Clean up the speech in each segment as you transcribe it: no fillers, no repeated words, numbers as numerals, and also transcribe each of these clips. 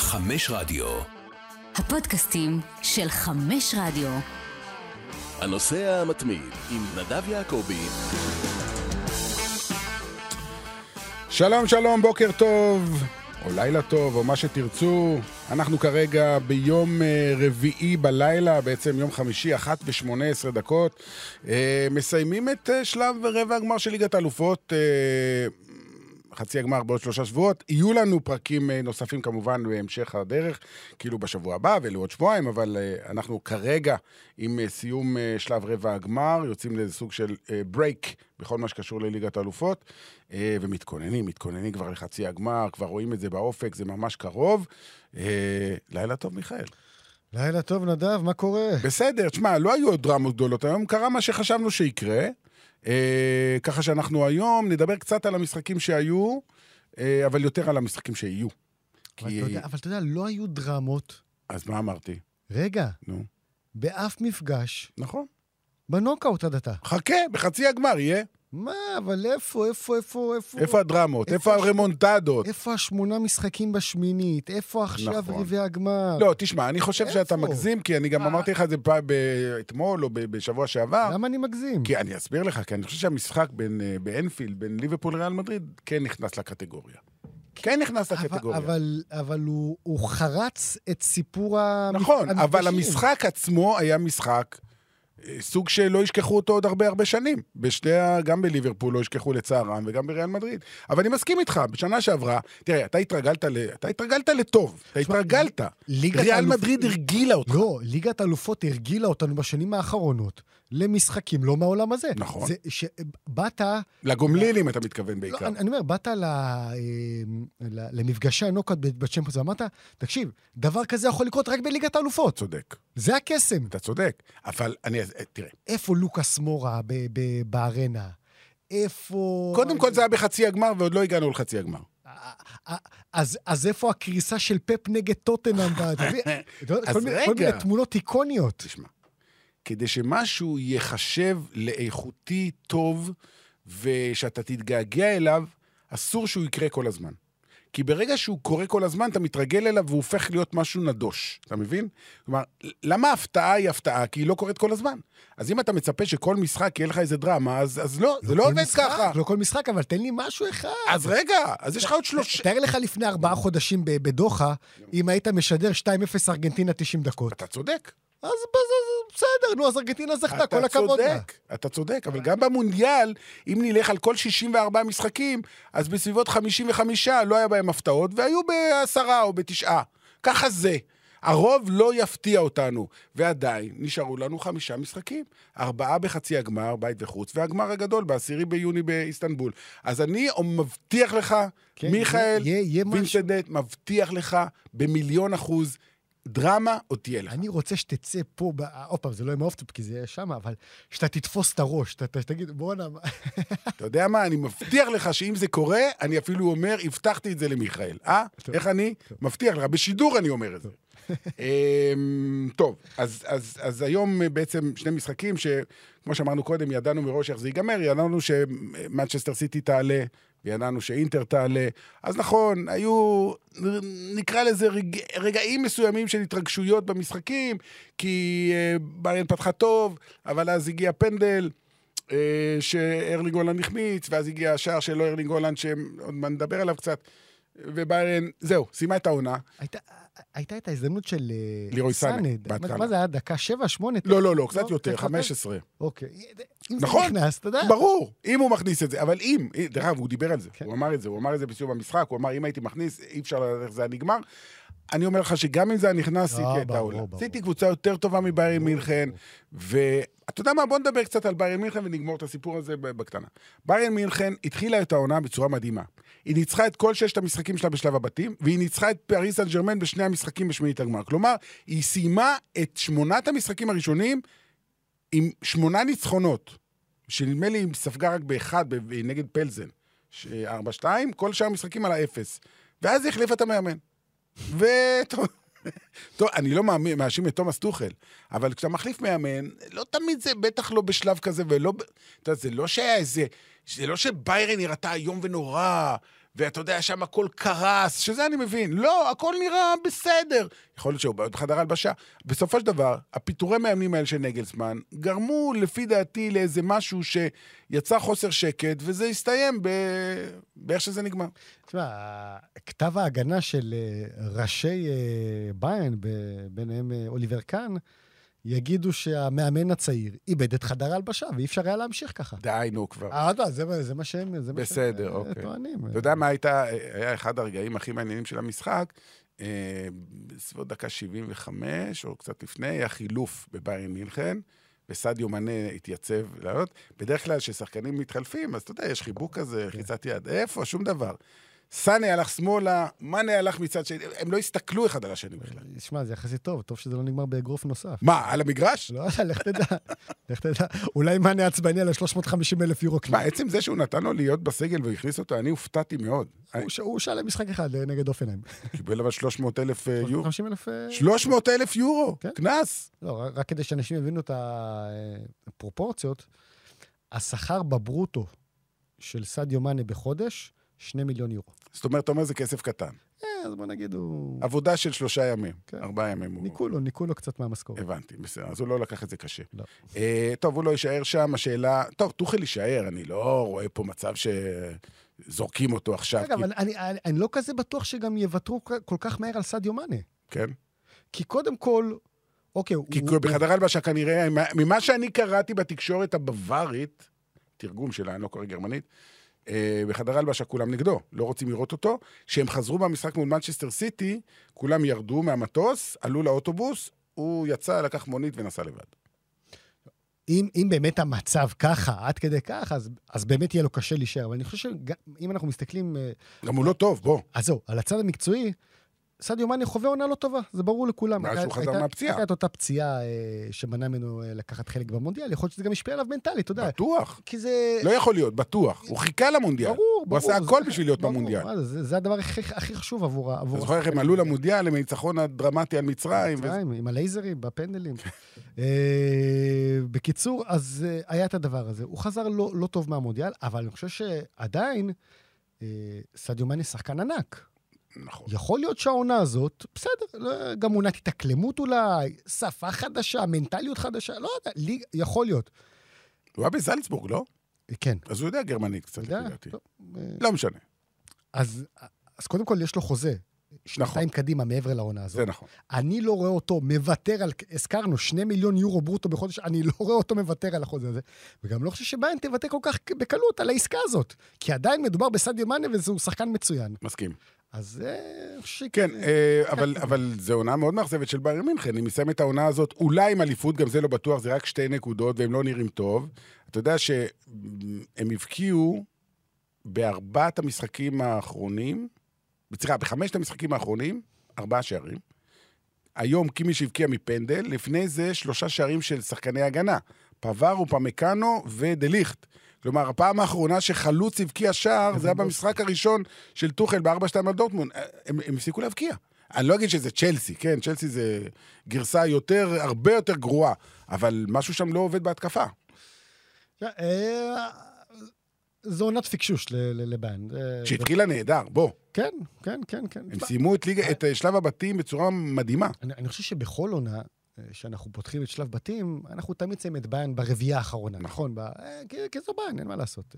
5 רדיו. הפודקאסטים של 5 רדיו. הנושא המתמיד עם נדב יעקבי. שלום שלום, בוקר טוב, או לילה טוב, או מה שתרצו. אנחנו כרגע ביום רביעי בלילה, בעצם יום חמישי, 1:18, מסיימים את שלב רבע הגמר של ליגת האלופות, חצי הגמר בעוד 3 שבועות. יהיו לנו פרקים נוספים כמובן בהמשך הדרך, כאילו בשבוע הבא ולעוד שבועיים, אבל אנחנו כרגע עם סיום שלב רבע הגמר, יוצאים לסוג של ברייק בכל מה שקשור לליגת האלופות, ומתכוננים כבר לחצי הגמר, כבר רואים את זה באופק, זה ממש קרוב. לילה טוב, מיכאל. לילה טוב, נדב, מה קורה? בסדר, תשמע, לא היו עוד דרמות גדולות, היום קרה מה שחשבנו שיקרה, ככה שאנחנו היום נדבר קצת על המשחקים שהיו, אבל יותר על המשחקים שיהיו. אבל אתה יודע, לא היו דרמות. אז מה אמרתי? רגע, נו. באף מפגש. נכון. בנוקאוט עד עתה. חכה, בחצי הגמר יהיה. מה, אבל איפה? איפה הדרמות? איפה הרמונטדות? איפה 8 משחקים בשמינית? איפה עכשיו נכון. רבעי הגמר? לא, תשמע, אני חושב שאתה איפה? מגזים, כי אני גם אמרתי לך את זה אתמול או בשבוע שעבר. למה אני מגזים? כי אני אסביר לך, כי אני חושב שהמשחק באנפילד, בין ליברפול לריאל מדריד, כן נכנס לקטגוריה. כן נכנס לקטגוריה. אבל הוא חרץ את סיפור נכון, המפגשים. אבל המשחק עצמו היה משחק סוג שלא ישכחו אותו עוד הרבה שנים. גם בליברפול לא ישכחו לצערם, וגם בריאל מדריד. אבל אני מסכים איתך, בשנה שעברה, תראה, אתה התרגלת לטוב, אתה התרגלת. ריאל מדריד הרגילה אותך. לא, ליגת האלופות הרגילה אותנו בשנים האחרונות, למשחקים לא מהעולם הזה. נכון. זה שבאת... לגומלינים אתה מתכוון בעיקר. לא, אני אומר, באת למפגשי הנוקאוט בצ'מפיונס, ואמרת, תקשיב, דבר כזה יכול לקרות רק בליגת האלופות. צודק. זה הקסם. אתה צודק. אבל תראה. איפה לוקאס מורה בארנה? איפה... קודם כל זה היה בחצי הגמר, ועוד לא הגענו לחצי הגמר. אז איפה הקריסה של פפ נגד טוטנהאם? אז רגע. כל מיני תמונות איקוניות. תשמע, כדי שמשהו יחשב לאיכותי טוב, ושאתה תתגעגע אליו, אסור שהוא יקרה כל הזמן. כי ברגע שהוא קורה כל הזמן, אתה מתרגל אליו והוא הופך להיות משהו נדוש. אתה מבין? כלומר, למה ההפתעה היא הפתעה? כי היא לא קורית כל הזמן. אז אם אתה מצפה שכל משחק יהיה לך איזה דרמה, אז לא, זה לא עובד ככה. לא כל משחק, אבל תן לי משהו אחד. אז רגע, אז יש לך עוד 3... תאר לך לפני 4 חודשים בדוחה, אם היית משדר 2-0 ארגנטינה 90 דקות. אתה צודק. אז בסדר, נו, אז ארגנטינה זכתה, כל הכבוד לה. אתה צודק, אבל גם במונדיאל, אם נלך על כל 64 משחקים, אז בסביבות 55 לא היה בהם הפתעות, והיו ב10 או ב9. ככה זה. הרוב לא יפתיע אותנו, ועדיין נשארו לנו 5 משחקים. 4 בחצי הגמר, בית וחוץ, והגמר הגדול, ב10 ביוני באיסטנבול. אז אני מבטיח לך, כן, מיכאל וינסנדט, מבטיח לך ב1,000,000%, דרמה או תהיה לך. אני רוצה שתצא פה, עוד פעם, זה לא יהיה מאופטופ, כי זה יהיה שם, אבל שאתה תתפוס את הראש, תגיד, בוא נאמר. אתה יודע מה, אני מבטיח לך שאם זה קורה, אני אפילו אומר, הבטחתי את זה למיכאל. איך אני? מבטיח לך, בשידור אני אומר את זה. טוב, אז היום בעצם 2 משחקים שכמו שאמרנו קודם, ידענו מראש איך זה ייגמר, ידענו שמנצ'סטר סיטי תעלה, וידענו שאינטר תעלה. אז נכון, היו, נקרא לזה רגעים מסוימים של התרגשויות במשחקים, כי ביירן פתחה טוב, אבל אז הגיע פנדל, שארלינג הולנד החמיץ, ואז הגיע השער של ארלינג הולנד, שעוד נדבר עליו קצת, וביירן, זהו, סיימה את העונה. הייתה את ההזדמנות של לירוי סאנה. מה זה היה? דקה 7, 8? לא, קצת יותר, 15. אוקיי. נכון, אם זה נכנס, אתה יודע. ברור, אם הוא מכניס את זה, אבל אם, דרך אגב, הוא דיבר על זה, הוא אמר את זה בסיום המשחק, הוא אמר, אם הייתי מכניס, אי אפשר לדעת, זה היה נגמר. אני אומר לך שגם אם זה היה נכנס, סיטי את העולה. סיטי קבוצה יותר טובה מביירן מינכן, ואתה יודע מה, בוא נדבר קצת על ביירן מינכן ונגמור את הסיפור הזה בקטנה. ביירן מינכן התחילה את העונה בצורה מדהימה. היא ניצחה את כל 6 המשחקים שלה בשלב הבתים, והיא ניצחה את פריס סן ז'רמן ב2 המשחקים בשמינית הגמר. כלומר, היא סיימה את 8 המשחקים הראשונים עם 8 ניצחונות, שנדמה לי היא ספגה רק באחד נגד פלזן, 4-2, כל שאר המשחקים על ה0. ואז היא החליפה את המאמן. טוב, אני לא מאשים את תומאס טוחל, אבל כשאתה מחליף מאמן, לא תמיד זה בטח לא בשלב כזה, ולא, זה לא שהיה איזה, זה לא שביירן נראתה היום ונורא, ואתה יודע, שם הכל קרס, שזה אני מבין. לא, הכל נראה בסדר. יכול להיות שהוא בחדר הלבשה. בסופו של דבר, הפיטורי מאמנים האלה של נגלסמן, גרמו לפי דעתי לאיזה משהו שיצא חוסר שקט, וזה הסתיים באיך שזה נגמר. תשמע, כתב ההגנה של ראשי ביירן, ביניהם אוליבר קאן, יגידו שהמאמן הצעיר איבד את חדר ההלבשה, ואי אפשר היה להמשיך ככה. די, נו כבר. זה מה שהם בסדר, אוקיי. טוענים. אתה יודע מה היה אחד הרגעים הכי מעניינים של המשחק, בסביבות דקה 75, או קצת לפני, היה חילוף בביירן מינכן, וסדיו מנה התייצב לעלות. בדרך כלל ששחקנים מתחלפים, אז אתה יודע, יש חיבוק כזה, חיצת יד. איפה? שום דבר. סאנה הלך שמאלה, מנה הלך מצד שני, הם לא הסתכלו אחד על השני בכלל. תשמע, זה יחסית טוב שזה לא נגמר באגרוף נוסף. מה, על המגרש? לא, לך תדע. אולי מנה עצבני על 350,000 יורו קנס. מה, עצם זה שהוא נתן לו להיות בסגל והכניס אותו, אני הופתעתי מאוד. הוא שאל למשחק אחד נגד אופנהיים. קיבל אבל 300,000 יורו. 350,000... 300,000 יורו, קנס. לא, רק כדי שאנשים יבינו את הפרופורציות, השכר בברוטו של סדיו מנה בחודש, 2 מיליון יורו. זאת אומרת, אתה אומר, זה כסף קטן. אז בוא נגיד הוא... עבודה של 3 ימים, 4 ימים. ניקו לו קצת מהמשכורת. הבנתי, בסדר, אז הוא לא לקח את זה קשה. לא. טוב, הוא לא יישאר שם, השאלה... טוב, טוחל יישאר, אני לא רואה פה מצב שזורקים אותו עכשיו. רגע, אבל אני לא כזה בטוח שגם יוותרו כל כך מהר על סדיו מנה. כן. כי קודם כל... אוקיי, כי בחדר הלבשה כנראה, ממה שאני קראתי בתקשורת הבווארית, תרגום שלה, אני לא קורא גרמנית, בחדר הלבשה כולם נגדו, לא רוצים לראות אותו. כשהם חזרו במשחק מול מנצ'סטר סיטי, כולם ירדו מהמטוס, עלו לאוטובוס, הוא יצא, לקח מונית ונסע לבד. אם באמת המצב ככה, עד כדי ככה, אז באמת יהיה לו קשה להישאר. אבל אני חושב שאם אנחנו מסתכלים... גם הוא לא טוב, בוא. אז זהו, על הצד המקצועי, סדיו מנה חווה עונה לא טובה, זה ברור לכולם. מאז שהוא חזר מהפציעה. הייתה את אותה פציעה שמנע ממנו לקחת חלק במונדיאל, יכול להיות שזה גם השפיע עליו מנטלית, אתה יודע. בטוח. כי זה... לא יכול להיות, בטוח. הוא חיכה למונדיאל. ברור. הוא עשה הכל בשביל להיות במונדיאל. זה הדבר הכי חשוב עבור... אתה זוכר איך הם עלו למונדיאל, עם הניצחון הדרמטי על מצרים. עם הלייזרים, בפנדלים. בקיצור, אז היה את הדבר הזה. הוא חזר לא טוב מהמונדיאל, אבל אני חושב שעדיין סדיו מנה שחקן ענק. נכון. יכול להיות שהעונה הזאת, בסדר, גם עונת התאקלמות אולי, שפה חדשה, מנטליות חדשה, לא יודע, יכול להיות. הוא היה בזלצבורג, לא? כן. אז הוא יודע גרמנית קצת, לדעתי. טוב, לא משנה. אז קודם כל יש לו חוזה. שנתיים קדימה מעבר לעונה הזאת. זה נכון. אני לא רואה אותו מוותר על, הזכרנו, 2 מיליון יורו ברוטו בחודש, אני לא רואה אותו מוותר על החוזה הזה. וגם לא חושב שביירן תוותר כל כך בקלות על העסקה הזאת. כי עדיין מדובר בסדיו מנה וזהו שחקן מצוין. מסכים. אז כן, אבל זו עונה מאוד מאכזבת של ביירן מינכן. אם נסיים את העונה הזאת, אולי עם אליפות, גם זה לא בטוח, זה רק 2 נקודות, והם לא נראים טוב. אתה יודע שהם הבקיעו ב4 המשחקים האחרונים, ב5 המשחקים האחרונים, 4 שערים. היום קימי שהבקיע מפנדל, לפני זה 3 שערים של שחקני הגנה. פאבר ופמקאנו ודליכט. כלומר, הפעם האחרונה שחלוץ הבקיע שער, זה היה במשחק הראשון של טוחל ב4-2 על דורטמונד. הם הפסיקו להבקיע. אני לא אגיד שזה צ'לסי, כן? צ'לסי זה גרסה הרבה יותר גרועה, אבל משהו שם לא עובד בהתקפה. זו עונת פיקשוש לביירן. שהתחילה נהדר, בוא. כן. הם סיימו את שלב הבתים בצורה מדהימה. אני חושב שבכל עונה, שאנחנו פותחים את שלב בתים, אנחנו תמיד שמים את ביירן ברביעייה האחרונה, נכון? כי זו ביירן, אין מה לעשות.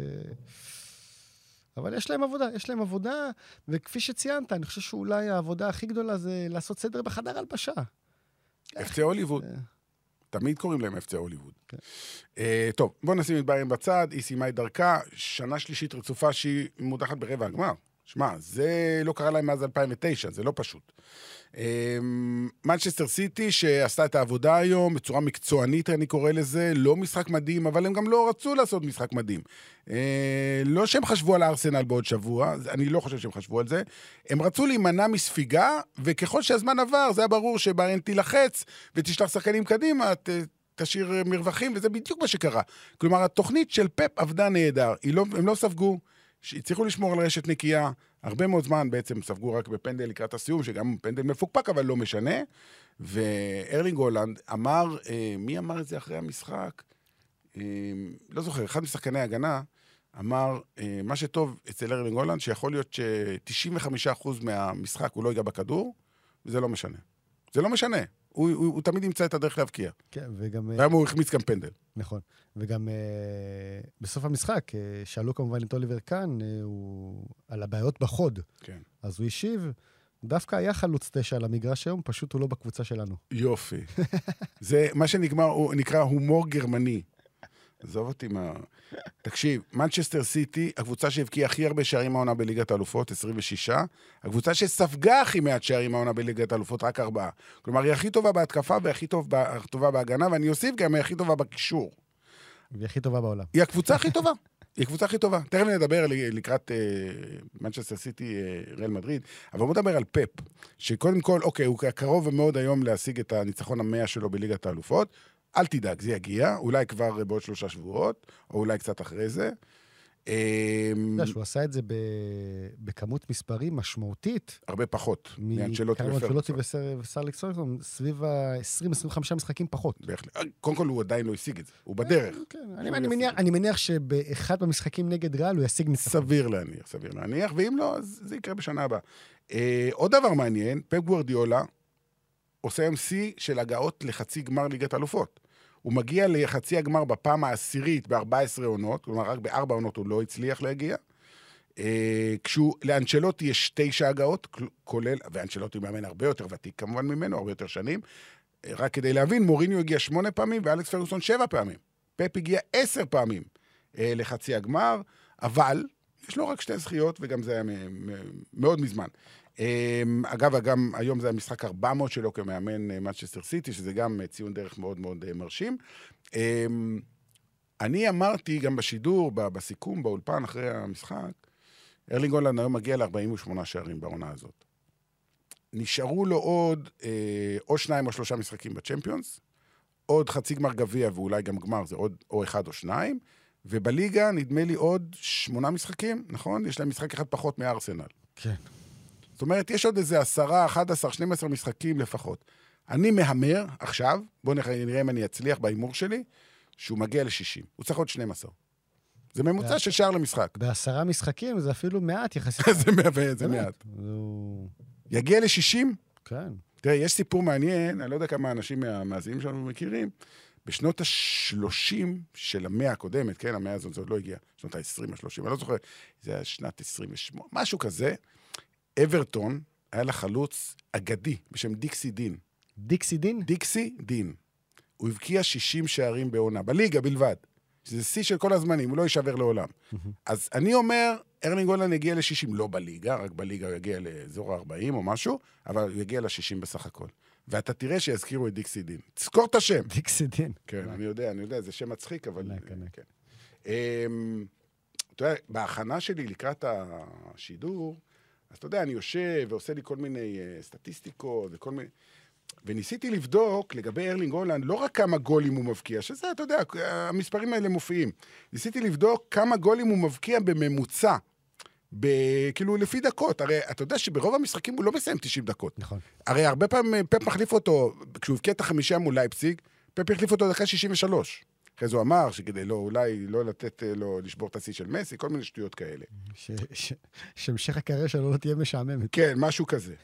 אבל יש להם עבודה, וכפי שציינת, אני חושב שאולי העבודה הכי גדולה זה לעשות סדר בחדר הלבשה. FC הוליווד. תמיד קוראים להם FC הוליווד. טוב, בואו נשים את ביירן בצד, היא סיימה את דרכה, שנה שלישית רצופה שהיא מודחת ברבע הגמר. שמע, זה לא קרה להם מאז 2009, זה לא פשוט. מנצ'סטר סיטי שעשתה את העבודה היום בצורה מקצוענית, אני קורא לזה, לא משחק מדהים, אבל הם גם לא רצו לעשות משחק מדהים. לא שהם חשבו על הארסנל בעוד שבוע, אני לא חושב שהם חשבו על זה, הם רצו להימנע מספיגה, וככל שהזמן עבר, זה היה ברור שביירן תילחץ ותשלח שחקנים קדימה, תשאיר מרווחים, וזה בדיוק מה שקרה. כלומר, התוכנית של פפ עבדה נהדר, הם לא ספגו, הצליחו לשמור על רשת נקייה, הרבה מאוד זמן בעצם ספגו רק בפנדל לקראת הסיום, שגם פנדל מפוקפק, אבל לא משנה. וארלינג הולנד אמר, מי אמר את זה אחרי המשחק? לא זוכר, אחד משחקני ההגנה, אמר, מה שטוב אצל ארלינג הולנד, שיכול להיות ש-95% מהמשחק הוא לא ייגע בכדור, וזה לא משנה. זה לא משנה. הוא תמיד ימצא את הדרך להבקיע. כן, וגם... והיום הוא החמיץ גם פנדל. נכון. וגם בסוף המשחק, שאלו כמובן את אוליבר קאן, על הבעיות בחוד. כן. אז הוא השיב, דווקא היה חלוץ 9 על המגרש היום, פשוט הוא לא בקבוצה שלנו. יופי. זה מה שנקרא הומור גרמני. עזוב אותי מה... תקשיב, מנצ'סטר סיטי, הקבוצה שהבקיעה הכי הרבה שערים העונה בליגת האלופות, 26, הקבוצה שספגה הכי מעט שערים העונה בליגת האלופות, רק 4. כלומר, היא הכי טובה בהתקפה והכי טובה בהגנה, ואני אוסיף גם, היא הכי טובה בקישור. והיא הכי טובה בעולם. היא הקבוצה הכי טובה. היא הקבוצה הכי טובה. תכף נדבר לקראת מנצ'סטר סיטי, ריאל מדריד, אבל בוא נדבר על פפ, שקודם כל, אוקיי, הוא קרוב מאוד היום להשיג את הניצחון 100 שלו בליגת האלופות, אל תדאג, זה יגיע, אולי כבר בעוד 3 שבועות, או אולי קצת אחרי זה. אתה יודע שהוא עשה את זה בכמות מספרים משמעותית. הרבה פחות. מאנצ'לוטי וסר אלכסון, סביב ה-20-25 משחקים פחות. קודם כל הוא עדיין לא השיג את זה, הוא בדרך. אני מניח שבאחד במשחקים נגד ריאל הוא ישיג ניצחון. סביר להניח, ואם לא, זה יקרה בשנה הבאה. עוד דבר מעניין, פפ גוארדיולה עושה היום שיא של הגעות לחצי גמר ליגת האלופות. הוא מגיע לחצי הגמר בפעם העשירית ב-14 עונות, כלומר רק ב4 עונות הוא לא הצליח להגיע. לאנצ'לוטי יש 9 הגעות, כולל, ואנצ'לוטי מאמן הרבה יותר ותיק כמובן ממנו, הרבה יותר שנים. רק כדי להבין, מוריניו הגיע 8 פעמים ואלכס פרגוסון 7 פעמים. פפ הגיע 10 פעמים לחצי הגמר, אבל יש לו רק 2 זכיות, וגם זה היה מאוד מזמן. אגב, גם היום זה המשחק 400 שלו כמאמן מנצ'סטר סיטי, שזה גם ציון דרך מאוד מאוד מרשים. אני אמרתי גם בשידור, בסיכום, באולפן אחרי המשחק, ארלינג הולנד היום מגיע ל-48 שערים בעונה הזאת. נשארו לו עוד או 2 או 3 משחקים בצ'מפיונס, עוד חצי גמר גביע ואולי גם גמר, זה עוד או 1 או 2, ובליגה נדמה לי עוד 8 משחקים, נכון? יש להם משחק אחד פחות מארסנל. כן. זאת אומרת, יש עוד איזה 10, 11, 12 משחקים לפחות. אני מהמר עכשיו, בואו נראה אם אני אצליח בהימור שלי, שהוא מגיע ל-60. הוא צריך עוד 12. זה ממוצע של שער למשחק. ב10 משחקים זה אפילו מעט יחסית. זה מעט. יגיע ל-60? כן. תראה, יש סיפור מעניין, אני לא יודע כמה אנשים מהמאזינים שלנו מכירים, בשנות ה-30 של המאה הקודמת, כן, המאה הזאת עוד לא הגיעה, שנות ה-20, ה-30, אני לא זוכר, זה היה שנת 28, משהו כזה, אברטון היה לה חלוץ אגדי בשם דיקסי דין. דיקסי דין? דיקסי דין. הוא הבקיע 60 שערים בעונה, בליגה בלבד. שזה שיא של כל הזמנים, הוא לא יישבר לעולם. אז אני אומר, ארלינג הולנד יגיע ל-60, לא בליגה, רק בליגה הוא יגיע לאזור ה-40 או משהו, אבל הוא יגיע ל-60 בסך הכל. ואתה תראה שיזכירו את דיקסי דין. תזכור את השם. דיקסי דין. כן, אני יודע, זה שם מצחיק, אבל... אתה יודע, בהכנה שלי לקראת השידור, אז אתה יודע, אני יושב ועושה לי כל מיני סטטיסטיקות וכל מיני... וניסיתי לבדוק לגבי ארלינג הולנד, לא רק כמה גולים הוא מבקיע, שזה, אתה יודע, המספרים האלה מופיעים. ניסיתי לבדוק כמה גולים הוא מבקיע בממוצע, כאילו לפי דקות. הרי אתה יודע שברוב המשחקים הוא לא מסיים 90 דקות. נכון. הרי הרבה פעמים פפ מחליף אותו, כשהוא הבקיע את 5 מול לייפציג, פפ החליף אותו דקה 63. אחרי זה הוא אמר שכדי אולי לא לתת לו לשבור את השיא של מסי, כל מיני שטויות כאלה. שהמשך הקריירה שלו לא תהיה משעממת. כן, משהו כזה.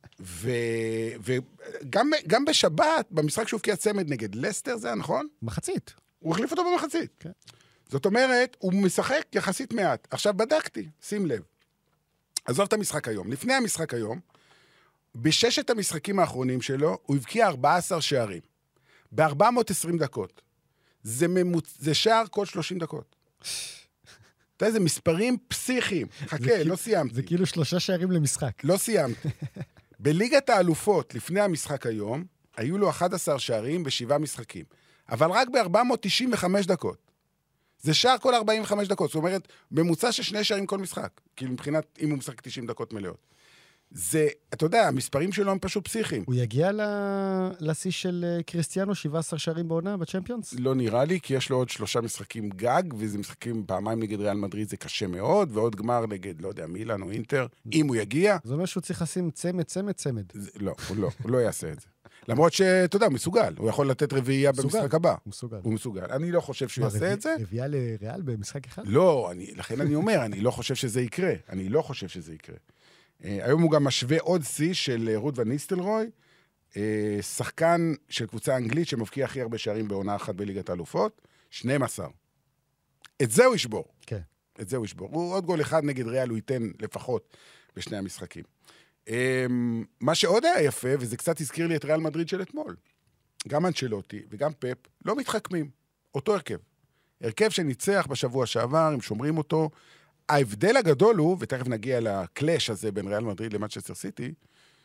וגם בשבת, במשחק שהוא הבקיע צמד נגד לסטר, זה היה נכון? מחצית. הוא החליף אותו במחצית. כן. זאת אומרת, הוא משחק יחסית מעט. עכשיו בדקתי, שים לב. עזוב את המשחק היום. לפני המשחק היום, בששת המשחקים האחרונים שלו, הוא הבקיע 14 שערים. ב-420 דקות. זה שער כל 30 דקות. אתה יודע, זה מספרים פסיכיים. חכה, לא סיימתי. זה כאילו 3 שערים למשחק. לא סיימתי. בליגת האלופות, לפני המשחק היום, היו לו 11 שערים ב7 משחקים. אבל רק ב-495 דקות. זה שער כל 45 דקות. זאת אומרת, ממוצע של 2 שערים כל משחק. כאילו מבחינת, אם הוא משחק 90 דקות מלאות. זה, אתה יודע, המספרים שלו הם פשוט פסיכיים. הוא יגיע לשיא של קריסטיאנו, 17 שערים בעונה בצ'מפיונס? לא נראה לי, כי יש לו עוד 3 משחקים גג, וזה משחקים פעמיים נגד ריאל מדריד, זה קשה מאוד, ועוד גמר נגד, לא יודע, מילאן או אינטר, אם הוא יגיע. זה אומר שהוא צריך לשים צמד. לא, הוא לא יעשה את זה. למרות שאתה יודע, הוא מסוגל. הוא יכול לתת רביעייה במשחק הבא. הוא מסוגל. אני לא חושב שהוא יעשה את זה. רביעייה לריאל במשחק אחד? לא, לכן אני אומר, אני לא חושב שזה יקרה. אני לא חושב שזה יקרה. היום הוא גם משווה עוד שיא של רות ון ניסטלרוי, שחקן של קבוצה אנגלית שמבקיע הכי הרבה שערים בעונה אחת בליגת האלופות, 12. את זה הוא ישבור. כן. את זה הוא ישבור. הוא עוד גול אחד נגד ריאל, הוא ייתן לפחות בשני המשחקים. מה שעוד היה יפה, וזה קצת הזכיר לי את ריאל מדריד של אתמול, גם אנצ'לוטי וגם פפ לא מתחכמים. אותו הרכב. הרכב שניצח בשבוע שעבר, הם שומרים אותו. ההבדל הגדול הוא, ותכף נגיע לקלאש הזה בין ריאל מדריד למנצ'סטר סיטי,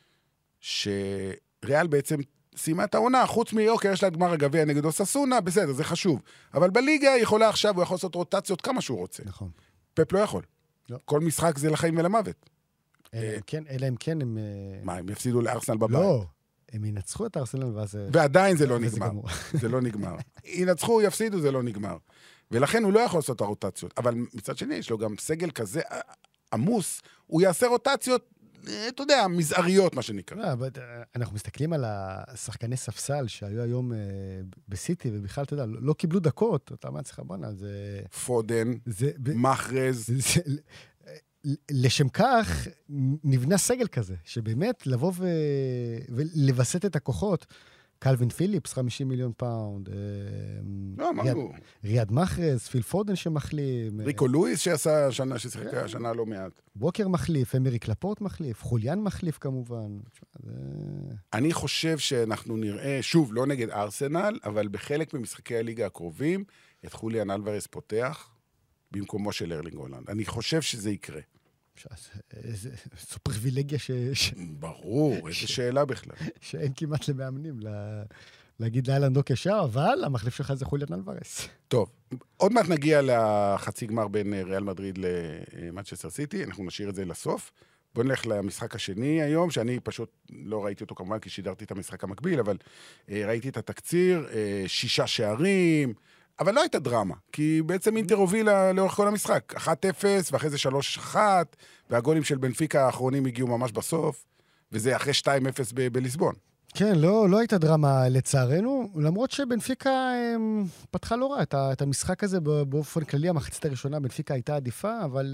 שריאל בעצם סיימה את העונה, חוץ מאוקיי, יש לה גמר הגביע נגד אוססונה, בסדר, זה חשוב. אבל בליגה היא יכולה עכשיו, הוא יכול לעשות רוטציות כמה שהוא רוצה. נכון. פפ לא יכול. לא. כל משחק זה לחיים ולמוות. אלא אם כן הם... מה, הם יפסידו לארסנל בבית? לא, הם ינצחו את ארסנל ואז... ועדיין זה לא נגמר. זה לא נגמר. ינצחו, יפסידו, זה לא נגמר. ולכן הוא לא יכול לעשות את הרוטציות. אבל מצד שני, יש לו גם סגל כזה עמוס, הוא יעשה רוטציות, אתה יודע, מזעריות, מה שנקרא. אנחנו מסתכלים על השחקני ספסל שהיו היום בסיטי, ובכלל, אתה יודע, לא קיבלו דקות, אתה מה צריך בונה, זה... פודן, מחרז. לשם כך נבנה סגל כזה, שבאמת לבוא ולבסט את הכוחות, קלווין פיליפס, 50 מיליון פאונד. לא, מה הוא? ריאד מחרז, פיל פודן שמחלים. ריקו לואיס שעשה שנה, ששיחקה השנה לא מעט. ווקר מחליף, אמריק לפורט מחליף, חוליאן מחליף כמובן. אני חושב שאנחנו נראה, שוב, לא נגד ארסנל, אבל בחלק ממשחקי הליגה הקרובים, את חוליאן אלוורס פותח במקומו של ארלינג הולנד. אני חושב שזה יקרה. זו פריבילגיה ברור, איזו שאלה בכלל. שאין כמעט למאמנים להגיד לאלן דוק ישר, אבל המחליף שלך זה חוליאן אלוורס. טוב, עוד מעט נגיע לחצי גמר בין ריאל מדריד למנצ'סטר סיטי, אנחנו נשאיר את זה לסוף. בואו נלך למשחק השני היום, שאני פשוט לא ראיתי אותו כמובן, כי שידרתי את המשחק המקביל, אבל ראיתי את התקציר, 6 שערים, אבל לא הייתה דרמה, כי בעצם אינטר הובילה לאורך כל המשחק, 1-0, ואחרי זה 3-1, והגולים של בנפיקה האחרונים הגיעו ממש בסוף, וזה אחרי 2-0 בליסבון. כן, לא הייתה דרמה לצערנו, למרות שבנפיקה פתחה לא רע את המשחק הזה באופן כללי, המחצית הראשונה בנפיקה הייתה עדיפה, אבל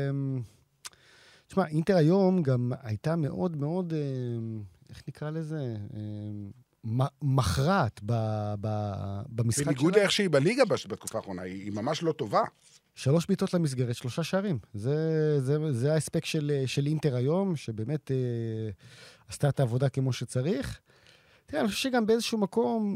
תשמע, אינטר היום גם הייתה מאוד מאוד, איך נקרא לזה? מכרעת במשחק שלה. בניגוד איך שהיא בליגה בתקופה האחרונה, היא ממש לא טובה. 3 בעיטות למסגרת, 3 שערים. זה ההספק של אינטר היום, שבאמת עשתה את העבודה כמו שצריך. תראה, אני חושב שגם באיזשהו מקום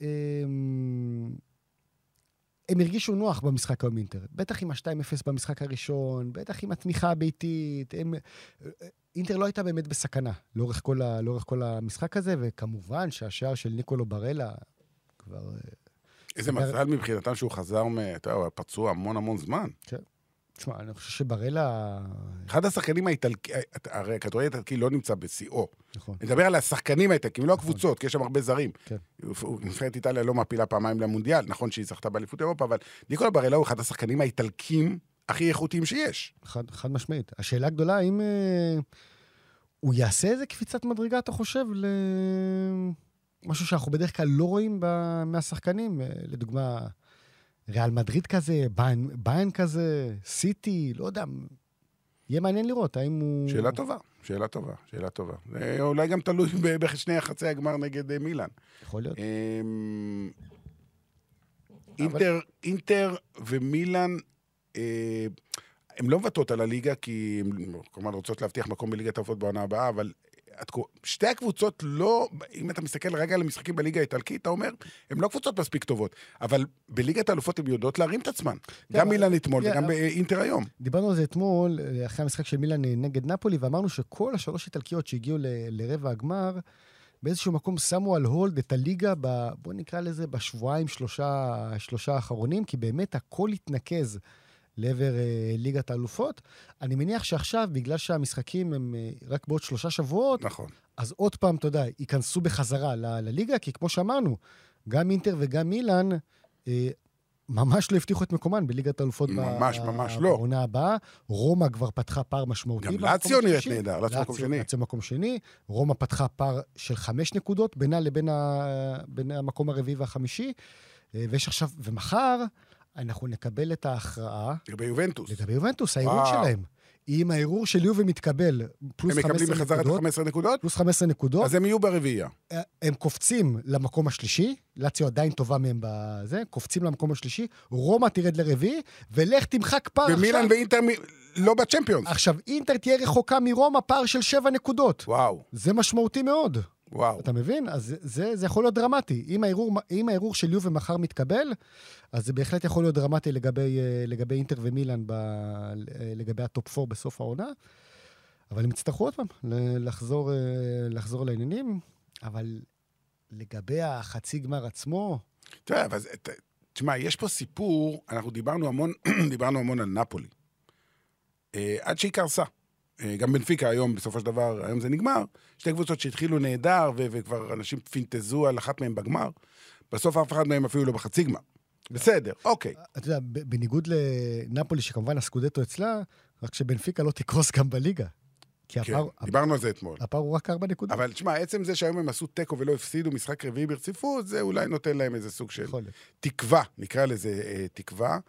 הם הרגישו נוח במשחק היום אינטר. בטח עם ה-2-0 במשחק הראשון, בטח עם התמיכה הביתית. אינטר לא הייתה באמת בסכנה לאורך כל המשחק הזה, וכמובן שהשער של ניקולו ברלה כבר... איזה מזל מבחינתם שהוא חזר, הוא היה פצוע המון זמן. כן. תשמע, אני חושב שברלה... אחד השחקנים האיטלקי, הרי הכדורגל האיטלקי לא נמצא בשיאו. נכון. נדבר על השחקנים האיטלקים, לא הקבוצות, כי יש שם הרבה זרים. כן. נבחרת איטליה לא מעפילה פעמיים למונדיאל, נכון שהיא זכתה באליפות אירופה, אבל ניקולו ברלה הוא אחד השחקנים האיטלקים הכי איכותיים שיש. חד משמעית. השאלה הגדולה, האם הוא יעשה איזה קפיצת מדרגה, אתה חושב, משהו שאנחנו בדרך כלל לא רואים מהשחקנים, לדוגמה, ריאל מדריד כזה, ביין כזה, סיטי, לא יודע, יהיה מעניין לראות, האם הוא... שאלה טובה. אולי גם תלוי בשני חצי הגמר נגד מילאן. יכול להיות. אינטר ומילאן, הם לא מבטאות על הליגה, כי הם כלומר רוצות להבטיח מקום בליגת האלופות בעונה הבאה, אבל שתי הקבוצות לא, אם אתה מסתכל רגע על המשחקים בליגה האיטלקית, אתה אומר, הן לא קבוצות מספיק טובות, אבל בליגת האלופות הן יודעות להרים את עצמן. גם מילאן אתמול וגם אינטר היום. דיברנו על זה אתמול, אחרי המשחק של מילאן נגד נפולי, ואמרנו שכל 3 איטלקיות שהגיעו לרבע הגמר, באיזשהו מקום שמו על הולד את הליגה, בוא נקרא לזה, בשבועיים, 3 האחרונים, כי באמת הכל התנקז לעבר ליגת האלופות. אני מניח שעכשיו, בגלל שהמשחקים הם רק בעוד 3 שבועות, נכון. אז עוד פעם, אתה יודע, ייכנסו בחזרה לליגה, כי כמו שאמרנו, גם אינטר וגם מילאן ממש לא הבטיחו את מקומן בליגת האלופות ממש לא. בעונה הבאה. רומא כבר פתחה פער משמעותי. גם לאציו נראית נהדר, לאציו מקום שני. רומא פתחה פער של 5 נקודות, בינה לבין המקום הרביעי והחמישי. ויש עכשיו, ומחר אנחנו נקבל את ההכרעה. לגבי יובנטוס. הערעור שלהם. אם הערעור של יובה מתקבל, פלוס 15 נקודות. הם מקבלים בחזרת 15 נקודות? פלוס 15 נקודות. אז הם יהיו ברביעייה. הם קופצים למקום השלישי, לאציו עדיין טובה מהם בזה, קופצים למקום השלישי, רומא תרד לרביעי, ולך תמחק פער עכשיו. ומילאן ואינטר לא בצ'מפיונס. עכשיו, אינטר תהיה רחוקה מרומא פער של 7 נקודות. וואו. זה משמעותי מאוד. וואו. אתה מבין? אז זה יכול להיות דרמטי. אם הערעור של יובה מחר מתקבל, אז זה בהחלט יכול להיות דרמטי לגבי אינטר ומילאן, לגבי הטופ 4 בסוף העונה. אבל הם יצטרכו עוד פעם לחזור לעניינים, אבל לגבי החצי גמר עצמו... תשמע, יש פה סיפור, אנחנו דיברנו המון על נפולי. עד שהיא קרסה. גם בנפיקה היום, בסופו של דבר, היום זה נגמר. שתי קבוצות שהתחילו נהדר, וכבר אנשים פינטזו על אחת מהם בגמר. בסוף אף אחד מהם אפילו לא בחצי גמר. בסדר, אוקיי. אתה יודע, בניגוד לנפולי, שכמובן הסקודטו אצלה, רק שבנפיקה לא תקרוס גם בליגה. כן, דיברנו על זה אתמול. הפער הוא רק 4 נקודות. אבל תשמע, עצם זה שהיום הם עשו טקו ולא הפסידו משחק רביעי ברציפות, זה אולי נותן להם איזה סוג של תקווה, נקרא לזה תקווה.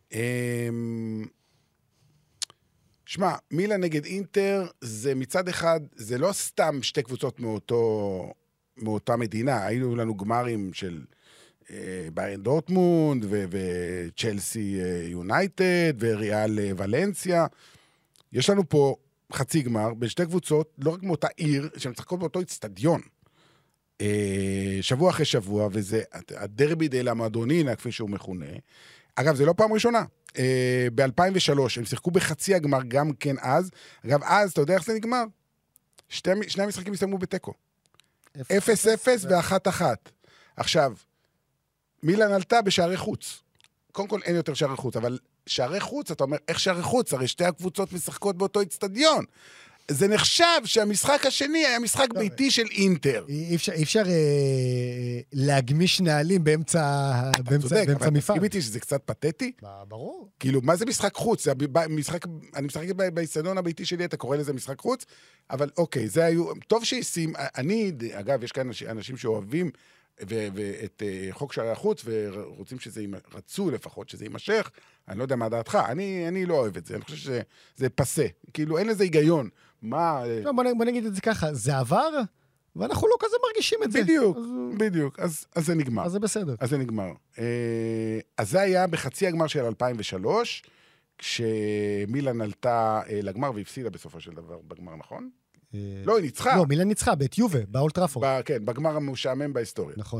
שמע, מילאן נגד אינטר, זה מצד אחד, זה לא סתם שתי קבוצות מאותה מדינה. היינו לנו גמרים של ביירן דורטמונד, וצ'לסי יונייטד, וריאל ולנסיה. יש לנו פה חצי גמר, בין שתי קבוצות, לא רק מאותה עיר, שמצחקות באותו אצטדיון. שבוע אחרי שבוע, וזה הדרבי דה לה מדונינה, כפי שהוא מכונה. אגב, זה לא פעם ראשונה. ב-2003, הם שיחקו בחצי הגמר גם כן אז. אגב, אז, אתה יודע איך זה נגמר? שני המשחקים הסתיימו בטקו. 0-0 ו-1-1. עכשיו, מילאן עלתה בשערי חוץ. קודם כל, אין יותר שערי חוץ, אבל שערי חוץ, אתה אומר, איך שערי חוץ? הרי שתי הקבוצות משחקות באותו אצטדיון. זה נחשב שהמשחק השני היה משחק ביתי של אינטר. אי אפשר להגמיש נהלים באמצע מפעל. איתי שזה קצת פתטי? ברור. כאילו, מה זה משחק חוץ? אני משחק באיצטדיון הביתי שלי, אתה קורא לזה משחק חוץ, אבל אוקיי, זה היו... טוב שישים, אגב, יש כאן אנשים שאוהבים ואת חוק שערי החוץ, ורוצים שזה, רצו לפחות שזה יימשך, אני לא יודע מה דעתך, אני לא אוהב את זה, אני חושב שזה פסה, כאילו אין לזה היגיון, מה... לא, בוא נגיד את זה ככה, זה עבר, ואנחנו לא כזה מרגישים את זה. בדיוק, אז זה נגמר. אז זה בסדר. אז זה נגמר. אז זה היה בחצי הגמר של 2003, כשמילאן עלתה לגמר והפסידה בסופו של דבר בגמר, נכון? לא, היא ניצחה. לא, מילאן ניצחה, בית יובה, באולט טראפורד. כן, בגמר המשעמם בהיסטוריה. נכון.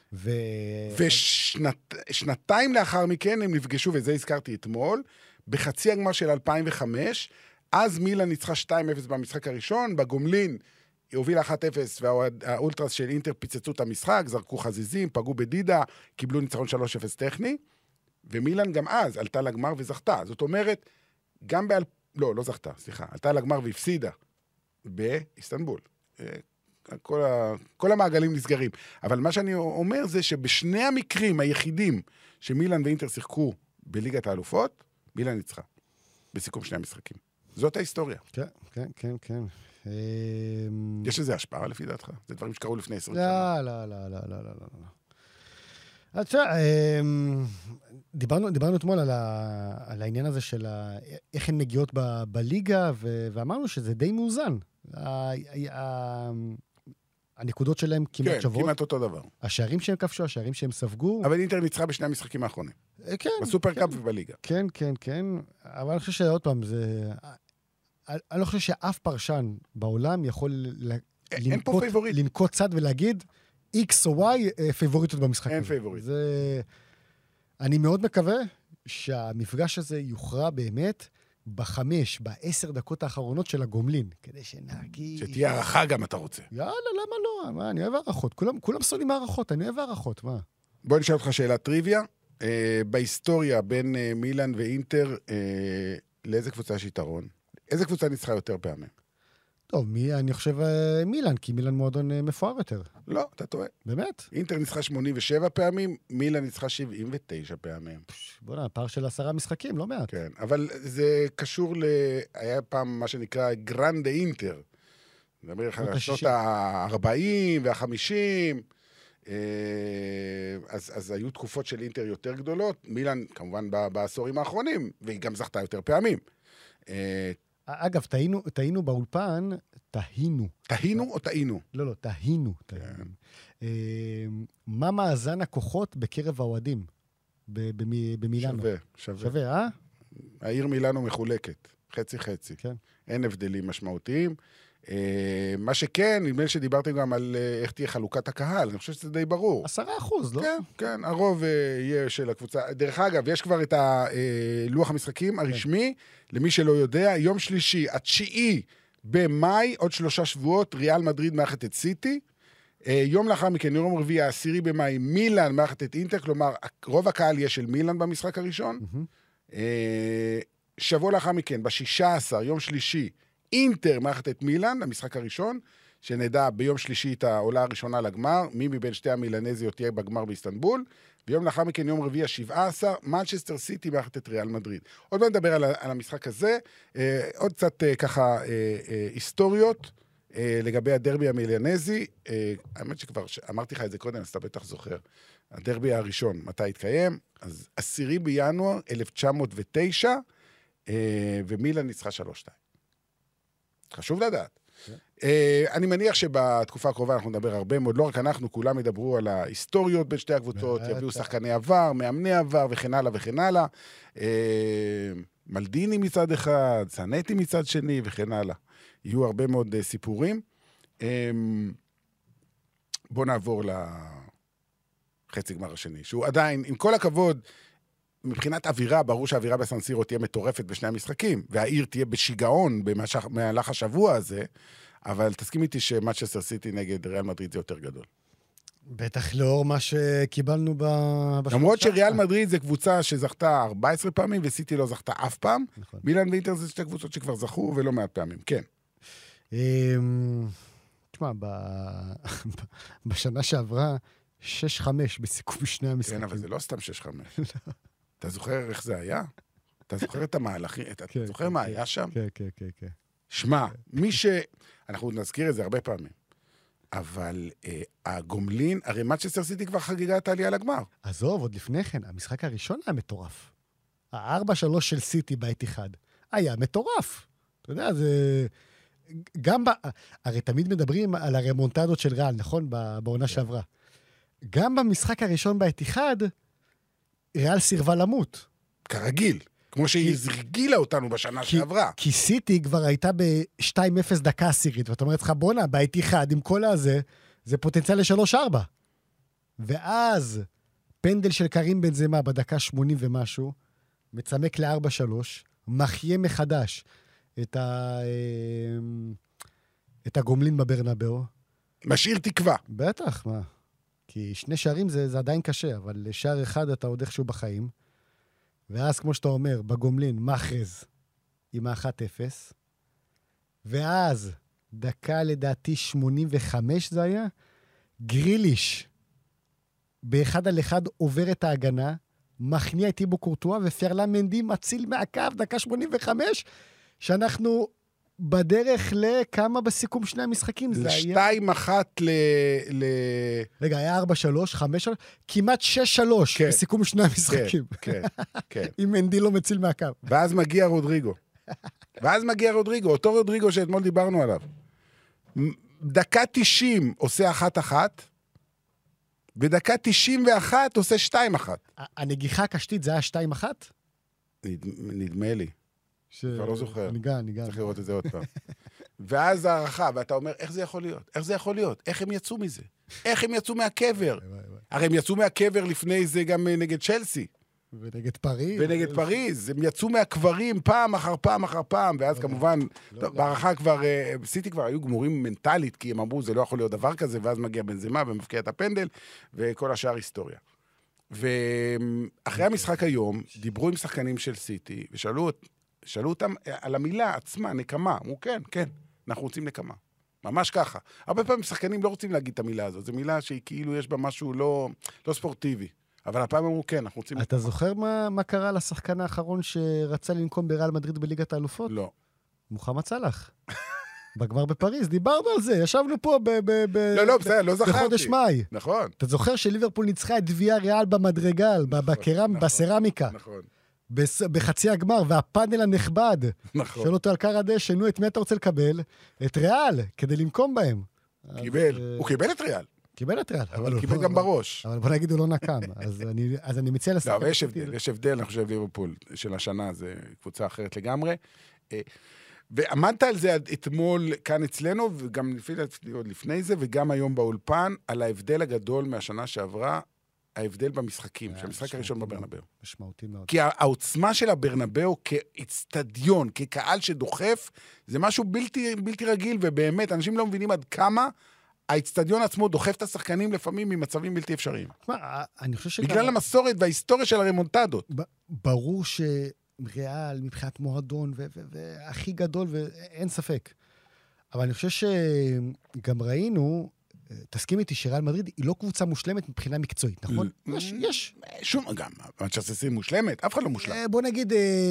ושנתיים לאחר מכן הם נפגשו, וזה הזכרתי אתמול, בחצי הגמר של 2005, אז מילאן ניצחה 2-0 במשחק הראשון, בגומלין היא הובילה 1-0, והאולטרס של אינטר פיצצו את המשחק, זרקו חזיזים, פגעו בדידה, קיבלו ניצחון 3-0 טכני, ומילאן גם אז עלתה לגמר וזכתה. זאת אומרת, גם לא זכתה, סליחה, עלתה לגמר והפסידה. באיסטנבול. כל המעגלים נסגרים. אבל מה שאני אומר זה שבשני המקרים היחידים שמילאן ואינטר שיחקו בליגת האלופות, מילאן ניצחה. בסיכום שני המשחקים. זאת ההיסטוריה. כן. יש לזה השפעה לפי דעתך? זה דברים שקרו לפני 20 שנה. לא. דיברנו אתמול על העניין הזה של איך הן מגיעות בליגה, ואמרנו שזה די מאוזן. הנקודות שלהם כמעט שוות. כן, כמעט אותו דבר. השערים שהם כבשו, השערים שהם ספגו. אבל אינטר ניצחה בשני המשחקים האחרונים. כן. בסופרקאפ ובליגה. כן. אבל אני חושב שעוד פעם, אני לא חושב שאף פרשן בעולם יכול לנקוט צד ולהגיד, X או Y פייבוריטות במשחק. אין פייבוריט. אני מאוד מקווה שהמפגש הזה יוכרע באמת ב10 דקות האחרונות של הגומלין, כדי שנרגיש... שתהיה הערכה גם אתה רוצה. יאללה, למה לא? מה, אני אוהב הערכות. כולם שונאים הערכות, אני אוהב הערכות, מה? בוא נשאל אותך שאלת טריוויה. בהיסטוריה בין מילאן ואינטר, לאיזה קבוצה יש יתרון? איזה קבוצה ניצחה יותר פעמים? טוב, אני חושב מילאן, כי מילאן מועדון מפואר יותר. לא, אתה טועה. באמת? אינטר ניצחה 87 פעמים, מילאן ניצחה 79 פעמים. בוא'נה, פער של 10 משחקים, לא מעט. כן, אבל זה קשור היה פעם מה שנקרא גרנדה אינטר. נדבר לך על השנות ה-40 וה-50, אז היו תקופות של אינטר יותר גדולות, מילאן כמובן בעשורים האחרונים, והיא גם זכתה יותר פעמים. אגב, טעינו באולפן, תהינו. תהינו או טעינו? לא, תהינו. מה מאזן הכוחות בקרב האוהדים במילאנו? שווה, העיר מילאנו מחולקת, חצי-חצי. כן. אין הבדלים משמעותיים. מה שכן, נדמה לי שדיברתם גם על איך תהיה חלוקת הקהל, אני חושב שזה די ברור. 10%, לא? כן, כן, הרוב יהיה של הקבוצה. דרך אגב, יש כבר את לוח המשחקים הרשמי, למי שלא יודע, יום שלישי, 9 במאי, עוד 3 שבועות, ריאל מדריד מארחת את סיטי, יום לאחר מכן, יום רביעי, 10 במאי, מילאן מארחת את אינטר, כלומר, רוב הקהל יהיה של מילאן במשחק הראשון. שבוע לאחר מכן, ב-16, יום שלישי, אינטר מארחת את מילאן, המשחק הראשון, שנדע ביום שלישי את העולה הראשונה לגמר, מי מבין שתי המילנזיות תהיה בגמר באיסטנבול, ויום לאחר מכן, יום רביעי ה-17, מנצ'סטר סיטי מארחת את ריאל מדריד. עוד מעט נדבר על המשחק הזה, עוד קצת ככה היסטוריות לגבי הדרבי המילנזי, האמת שכבר אמרתי לך את זה קודם, אז אתה בטח זוכר. הדרבי הראשון, מתי התקיים? אז 10 בינואר 1909, ומילאן ניצחה 3-2. חשוב לדעת. אני מניח שבתקופה הקרובה אנחנו נדבר הרבה מאוד, לא רק אנחנו, כולם ידברו על ההיסטוריות בין שתי הקבוצות, יביאו שחקני עבר, מאמני עבר וכן הלאה וכן הלאה. מלדיני מצד אחד, סנטי מצד שני וכן הלאה. יהיו הרבה מאוד סיפורים. בואו נעבור לחצי גמר השני, שהוא עדיין, עם כל הכבוד, מבחינת אווירה, ברור שהאווירה בסנסירו תהיה מטורפת בשני המשחקים, והעיר תהיה בשיגעון במהלך השבוע הזה, אבל תסכים איתי שמנצ'סטר סיטי נגד ריאל מדריד זה יותר גדול. בטח לאור מה שקיבלנו למרות שריאל מדריד זה קבוצה שזכתה 14 פעמים, וסיטי לא זכתה אף פעם. נכון. מילאן ואינטר זה שתי קבוצות שכבר זכו, ולא מעט פעמים, כן. תשמע, בשנה שעברה, 6-5 בסיכום שני המשחקים. כן, אבל זה לא סתם 6-5. אתה זוכר איך זה היה? אתה זוכר את המהלכים? אתה זוכר מה היה שם? כן. שמע, אנחנו נזכיר את זה הרבה פעמים, אבל הגומלין, הרי מנצ'סטר סיטי כבר חגיגה את העלייה לגמר. עזוב, עוד לפני כן, המשחק הראשון היה מטורף. ה-4-3 של סיטי באתיחד היה מטורף. אתה יודע, זה... הרי תמיד מדברים על הרמונטדות של ריאל, נכון? בעונה שעברה. גם במשחק הראשון באתיחד, ריאל סירבה למות. כרגיל, כמו שהיא הרגילה אותנו בשנה שעברה. כי סיטי כבר הייתה ב-2-0 דקה עשירית, ואתה אומרת לך, בונה, באתיחד עם כל הזה, זה פוטנציאל ל-3-4. ואז פנדל של קרים בנזמה בדקה 80 ומשהו, מצמק ל-4-3, מחיה מחדש את הגומלין בברנבאו. משאיר תקווה. בטח, מה? כי שני שערים זה עדיין קשה, אבל לשער אחד אתה עוד איכשהו בחיים. ואז, כמו שאתה אומר, בגומלין, מחרז עם ה-1-0. ואז, דקה לדעתי 85 זה היה, גריליש ב1-1 עובר את ההגנה, מכניע את טיבו קורטואה, ופרלן מנדי מציל מהקו, דקה 85, שאנחנו בדרך לכמה בסיכום שני המשחקים. זה היה... 2-1 רגע, היה 4-3, 5-3, כמעט 6-3 בסיכום שני המשחקים. כן. אם מנדי לא מציל מהקו. ואז מגיע רודריגו. אותו רודריגו שאתמול דיברנו עליו. דקה 90 עושה 1-1, בדקה 91 עושה 2-1. הנגיחה הקשתית זה היה 2-1? נדמה לי. כבר לא זוכר. ניגע. צריך לראות את זה עוד פעם. ואז הערכה, ואתה אומר, איך זה יכול להיות? איך הם יצאו מזה? איך הם יצאו מהקבר? הרי הם יצאו מהקבר לפני זה גם נגד צ'לסי. ונגד פריז. הם יצאו מהקברים פעם אחר פעם, ואז כמובן, בערכה כבר, סיטי כבר היו גמורים מנטלית, כי הם אמרו, זה לא יכול להיות דבר כזה, ואז מגיע בנזמה ומפקיע את הפנדל, וכל השאר היסטוריה. ואחרי המשחק היום, דיברו עם שחקנים של סיטי, ושאלו אותם על המילה עצמה, נקמה. אמרו, כן, אנחנו רוצים נקמה. ממש ככה. הרבה פעמים שחקנים לא רוצים להגיד את המילה הזאת. זו מילה שהיא כאילו יש בה משהו לא ספורטיבי. אבל הפעם אמרו, כן, אנחנו רוצים... אתה זוכר מה קרה לשחקן האחרון שרצה לנקום בריאל מדריד בליגת האלופות? לא. מוחמד סלאח. בגמר בפריז, דיברנו על זה, ישבנו פה בסדר, לא זכרתי. בחודש מאי. נכון. אתה זוכר שליברפול ניצחה את ויה ריאל במדרגל, בסרמיקה. נכון. בחצי הגמר, והפאנל הנכבד. נכון. שואל אותו על קר הדשא, נו, את מי אתה רוצה לקבל? את ריאל, כדי לנקום בהם. הוא קיבל את ריאל. קיבל את ריאל. אבל קיבל גם בראש. אבל בוא נגיד, הוא לא נקם. אז אני מציע לשחק. לא, יש הבדל, אני חושב, ליברפול של השנה, זה קבוצה אחרת לגמרי. ועמדת על זה אתמול כאן אצלנו, וגם לפני זה, וגם היום באולפן, על ההבדל הגדול מהשנה שעברה, ההבדל במשחקים, שהמשחק הראשון בברנבאו. משמעותי מאוד. כי העוצמה של הברנבאו כאצטדיון, כקהל שדוחף, זה משהו בלתי רגיל, ובאמת, אנשים לא מבינים עד כמה האצטדיון עצמו דוחף את השחקנים לפעמים ממצבים בלתי אפשריים. אני חושב שגם... בגלל המסורת וההיסטוריה של הרמונטדות. ברור ריאל מבחינת מועדון, והכי גדול, ואין ספק. אבל אני חושב שגם ראינו, תסכים איתי שריאל מדריד היא לא קבוצה מושלמת מבחינה מקצועית, נכון? יש. שום, גם, מנצ'סטר מושלמת, אף אחד לא מושלם. בוא נגיד,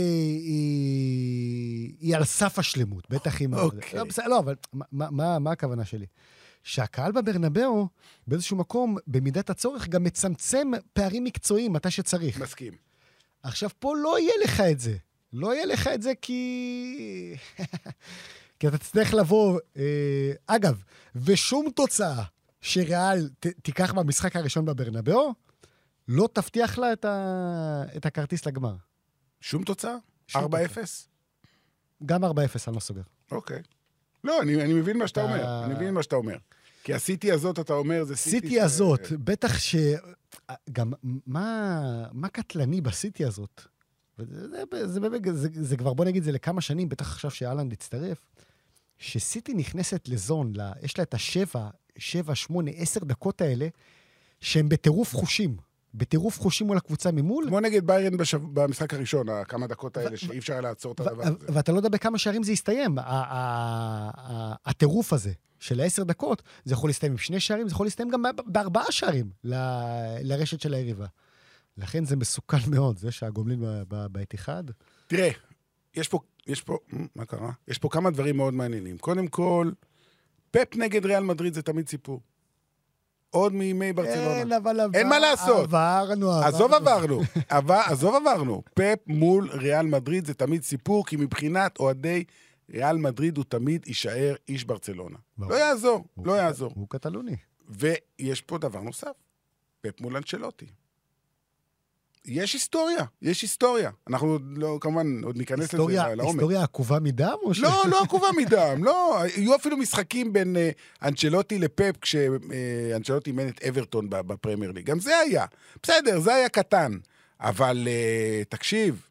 היא על סף השלמות, בטח עם... אוקיי. לא, אבל מה הכוונה שלי? שהקהל בברנבאו, באיזשהו מקום, במידת הצורך, גם מצמצם פערים מקצועיים, מתי שצריך. מסכים. עכשיו, פה לא יהיה לך את זה. לא יהיה לך את זה כי... כי אתה תצטרך לבוא... אגב, ושום תוצאה שריאל תיקח במשחק הראשון בברנבאו, לא תבטיח לה את הכרטיס לגמר. שום תוצאה? 4-0? גם 4-0, אני לא סוגר. אוקיי. לא, אני מבין מה שאתה אומר. אני מבין מה שאתה אומר. כי הסיטי הזאת, אתה אומר, זה סיטי... סיטי הזאת, בטח ש... גם מה קטלני בסיטי הזאת? זה כבר, בוא נגיד, זה לכמה שנים, בטח עכשיו שאלנד יצטרף, שסיטי נכנסת לזון, יש לה את 7, 8, 10 דקות האלה, שהם בטירוף חושים. בטירוף חושים מול הקבוצה ממול. כמו נגד ביירן במשחק הראשון, כמה דקות האלה שאי אפשר לעצור את הדבר הזה. ואתה לא יודע בכמה שערים זה יסתיים. הטירוף הזה של 10 דקות, זה יכול להסתיים עם 2 שערים, זה יכול להסתיים גם ב4 שערים לרשת של היריבה. לכן זה מסוכן מאוד, זה שהגומלין באתיחד. תראה, יש פה, מה קרה? יש פה כמה דברים מאוד מעניינים. קודם כל, פפ נגד ריאל מדריד זה תמיד סיפור. עוד מימי ברצלונה. אין מה לעשות. עזוב עברנו. פפ מול ריאל מדריד זה תמיד סיפור, כי מבחינת אוהדי ריאל מדריד הוא תמיד יישאר איש ברצלונה. לא יעזור, לא יעזור. הוא קטלוני. ויש פה דבר נוסף. פפ מול אנצ'לוטי. יש היסטוריה. אנחנו לא, כמובן, עוד ניכנס לזה לעומק. היסטוריה עקובה מדם? לא עקובה מדם, לא. יהיו אפילו משחקים בין אנצ'לוטי לפפ, כשאנצ'לוטי אימן את אברטון בפרמייר ליג. גם זה היה. בסדר, זה היה קטן. אבל תקשיב,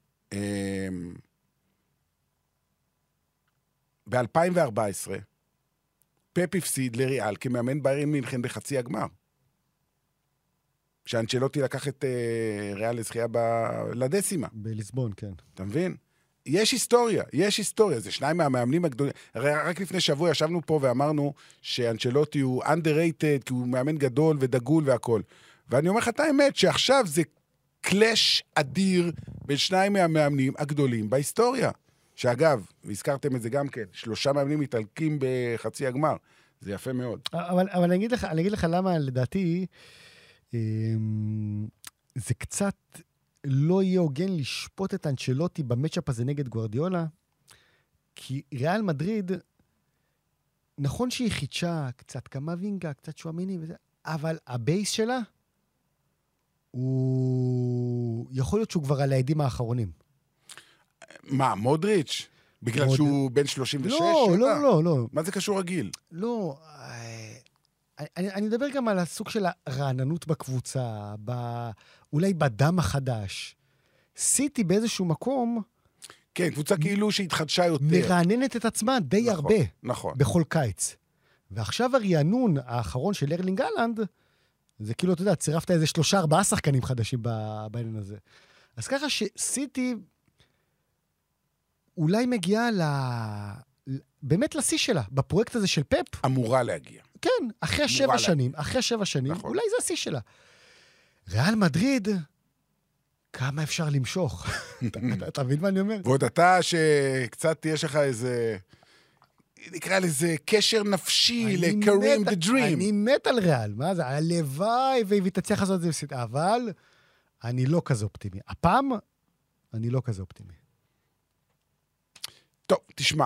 ב-2014, פפ הפסיד לריאל כמאמן ביירן מינכן בחצי הגמר. שאנצ'לוטי לקח את ריאל לזכייה לדסימה. בליסבון, כן. אתה מבין? יש היסטוריה. זה שניים מהמאמנים הגדולים. רק לפני שבוע ישבנו פה ואמרנו שאנצ'לוטי הוא underrated, כי הוא מאמן גדול ודגול והכל. ואני אומר לך את האמת, שעכשיו זה קלאש אדיר בין שניים מהמאמנים הגדולים בהיסטוריה. שאגב, והזכרתם את זה גם כן, 3 מאמנים מתעלקים בחצי הגמר. זה יפה מאוד. אבל אני אגיד לך למה, לדעתי... זה קצת לא יהיה הוגן לשפוט את אנצ'לוטי במצ'אפ הזה נגד גוארדיולה, כי ריאל מדריד, נכון שהיא חידשה קצת קמאבינגה, קצת שואמיני וזה, אבל הבייס שלה, הוא יכול להיות שהוא כבר על העדים האחרונים. מה, מודריץ'? בגלל שהוא בן 36? לא. מה זה קשור רגיל? לא, אני מדבר גם על הסוג של הרעננות בקבוצה, אולי בדם החדש. סיטי באיזשהו מקום... כן, קבוצה כאילו שהתחדשה יותר. מרעננת את עצמה די הרבה. נכון. בכל קיץ. ועכשיו הרענון האחרון של ארלינג הלנד, זה כאילו, אתה יודע, צירפת איזה 3-4 שחקנים חדשים בעניין הזה. אז ככה שסיטי אולי מגיעה באמת לשיא שלה, בפרויקט הזה של פפ. אמורה להגיע. כן, אחרי 7 שנים, נכון. אולי זה השיא שלה. ריאל מדריד, כמה אפשר למשוך? אתה מבין מה אני אומר? ועוד אתה שקצת יש לך איזה, נקרא לזה קשר נפשי לקרים דה דרים. אני מת על ריאל, מה זה? הלוואי והיא תצליח לעשות את זה בסדרה, אבל אני לא כזה אופטימי. הפעם, אני לא כזה אופטימי. טוב, תשמע.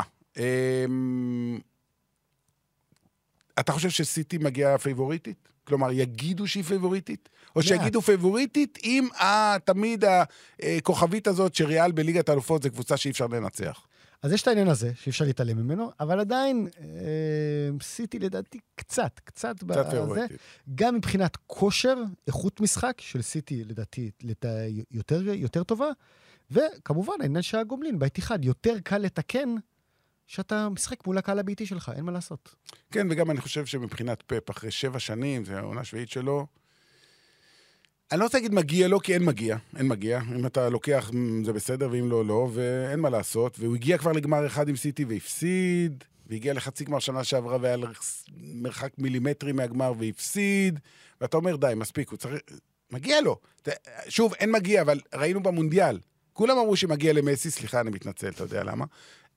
אתה חושב שסיטי מגיעה פייבוריטית? כלומר, יגידו שהיא פייבוריטית? או שיגידו פייבוריטית עם תמיד הכוכבית הזאת שריאל בליגת האלופות זה קבוצה שאי אפשר לנצח. אז יש את העניין הזה, שאי אפשר להתעלם ממנו, אבל עדיין סיטי לדעתי קצת בזה, גם מבחינת כושר, איכות משחק של סיטי לדעתי יותר טובה, וכמובן העניין שהגומלין, באתיחד, יותר קל לתקן שאתה משחק מול הקהל הביתי שלך, אין מה לעשות. כן, וגם אני חושב שמבחינת פפ, אחרי 7 שנים, זה העונה השביעית שלו, אני לא רוצה להגיד מגיע לו, כי אין מגיע. אם אתה לוקח, זה בסדר, ואם לא, לא, ואין מה לעשות. והוא הגיע כבר לגמר אחד עם סיטי והפסיד, והגיע לחצי גמר שנה שעברה, והיה מרחק מילימטרי מהגמר והפסיד, ואתה אומר, די, מספיק, הוא צריך, מגיע לו. שוב, אין מגיע, אבל ראינו במונדיאל. כולם אמרו שמגיע למסי, סליחה, אני מתנצל, אתה יודע למה.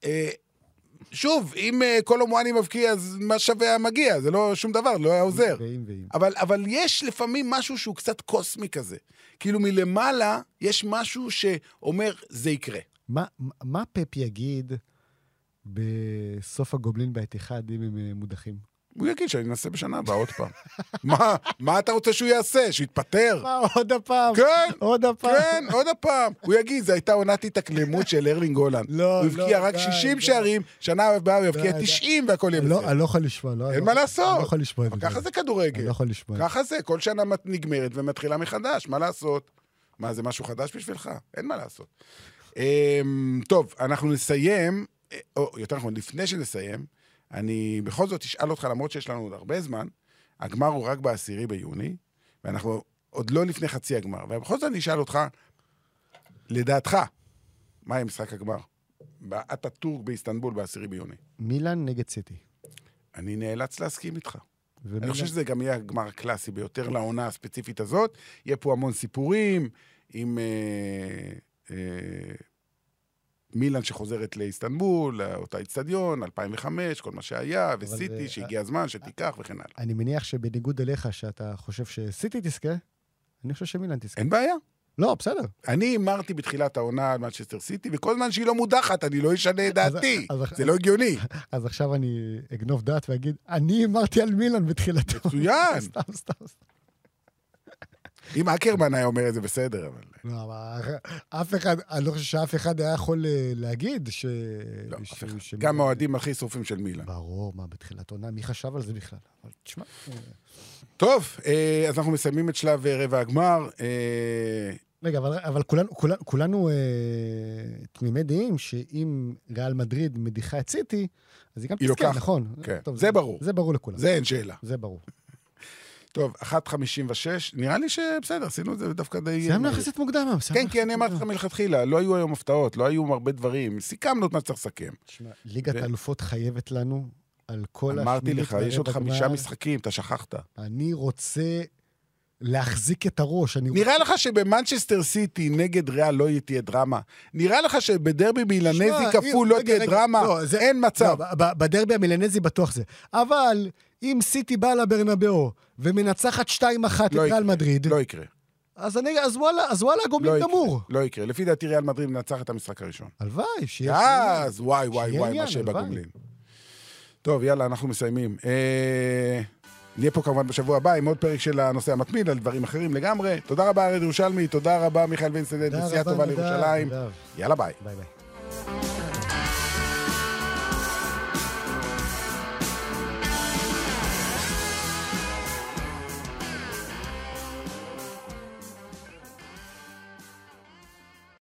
שוב, אם כל אומואני מבקיע, אז מה שווה המגיע? זה לא שום דבר, לא היה עוזר. אבל יש לפעמים משהו שהוא קצת קוסמי כזה. כאילו מלמעלה יש משהו שאומר, זה יקרה. מה פפ יגיד בסוף הגובלין באתיחד אם הם מודחים? הוא יגיד שאני אנסה בשנה הבאה עוד פעם. מה אתה רוצה שהוא יעשה? שהוא יתפטר? מה, עוד הפעם? כן, עוד הפעם. כן, עוד הפעם. הוא יגיד, זו הייתה עונת התאקלמות של ארלינג הולנד. הוא הבקיע רק 60 שערים, שנה הבאה הוא יבקיע 90 והכל יהיה בסדר. אני לא יכול לשמוע. אין מה לעשות. אני לא יכול לשמוע. ככה זה כדורגל. אני לא יכול לשמוע. ככה זה, כל שנה נגמרת ומתחילה מחדש. מה לעשות? מה, זה משהו חדש בשבילך? אין מה לעשות. טוב, אנחנו נסיים, או יותר נכון, לפני שנסיים, אני בכל זאת אשאל אותך, למרות שיש לנו עוד הרבה זמן, הגמר הוא רק ב10 ביוני, ואנחנו עוד לא לפני חצי הגמר, ובכל זאת אני אשאל אותך, לדעתך, מה יהיה משחק הגמר? באטאטורק באיסטנבול ב10 ביוני. מילאן נגד סיטי. אני נאלץ להסכים איתך. אני חושב שזה גם יהיה הגמר הקלאסי ביותר לעונה הספציפית הזאת, יהיה פה המון סיפורים, עם מילאן שחוזרת לאיסטנבול, אותה אצטדיון, 2005, כל מה שהיה, וסיטי שהגיע הזמן, שתיקח וכן הלאה. אני מניח שבניגוד אליך, שאתה חושב שסיטי תזכה, אני חושב שמילאן תזכה. אין בעיה. לא, בסדר. אני אמרתי בתחילת העונה על מנצ'סטר סיטי, וכל זמן שהיא לא מודחת, אני לא אשנה את דעתי. זה לא הגיוני. אז עכשיו אני אגנוב דעת ואגיד, אני אמרתי על מילאן בתחילת העונה. מצוין. סתם. אם אקרמן היה אומר את זה בסדר, אבל... לא, אבל אף אחד, אני לא חושב שאף אחד היה יכול להגיד ש... לא, גם האוהדים הכי שרופים של מילאן. ברור, מה, בתחילת עונה, מי חשב על זה בכלל? אבל תשמע... טוב, אז אנחנו מסיימים את שלב רבע הגמר. רגע, אבל כולנו תמימי דעים שאם ריאל מדריד מדיחה את סיטי, אז היא גם תזכה, נכון? זה ברור. זה ברור לכולם. זה אין שאלה. זה ברור. טוב, 1:56, נראה לי שבסדר, עשינו את זה דווקא די... סיימנו יחסית מוקדם. כן, כי אני אמרתי לך מלכתחילה, לא היו היום הפתעות, לא היו הרבה דברים, סיכמנו את מה שצריך לסכם. תשמע, ליגת האלופות חייבת לנו על כל אמרתי לך, יש עוד 5 משחקים, אתה שכחת. אני רוצה להחזיק את הראש. נראה לך שבמנצ'סטר סיטי נגד ריאל לא תהיה דרמה? נראה לך שבדרבי מילנזי כפול לא תהיה דרמה? אין מצב. בדרבי המילנזי בטוח זה. אבל אם סיטי באה לברנבאו ומנצחת 2-1 את ריאל מדריד... לא יקרה. אז וואלה, הגומלין גמור. לא יקרה. לפי דעתי ריאל מדריד מנצח את המשחק הראשון. הלוואי, שיהיה... אז וואי, מה שבגומלין. טוב, יאללה, אנחנו מסיימים. נהיה פה כמובן בשבוע הבא עם עוד פרק של הנושא המתמיד על דברים אחרים לגמרי. תודה רבה ארד ירושלמי, תודה רבה מיכאל וינסטנד, נסיעה טובה לירושלים. יאללה ביי. ביי.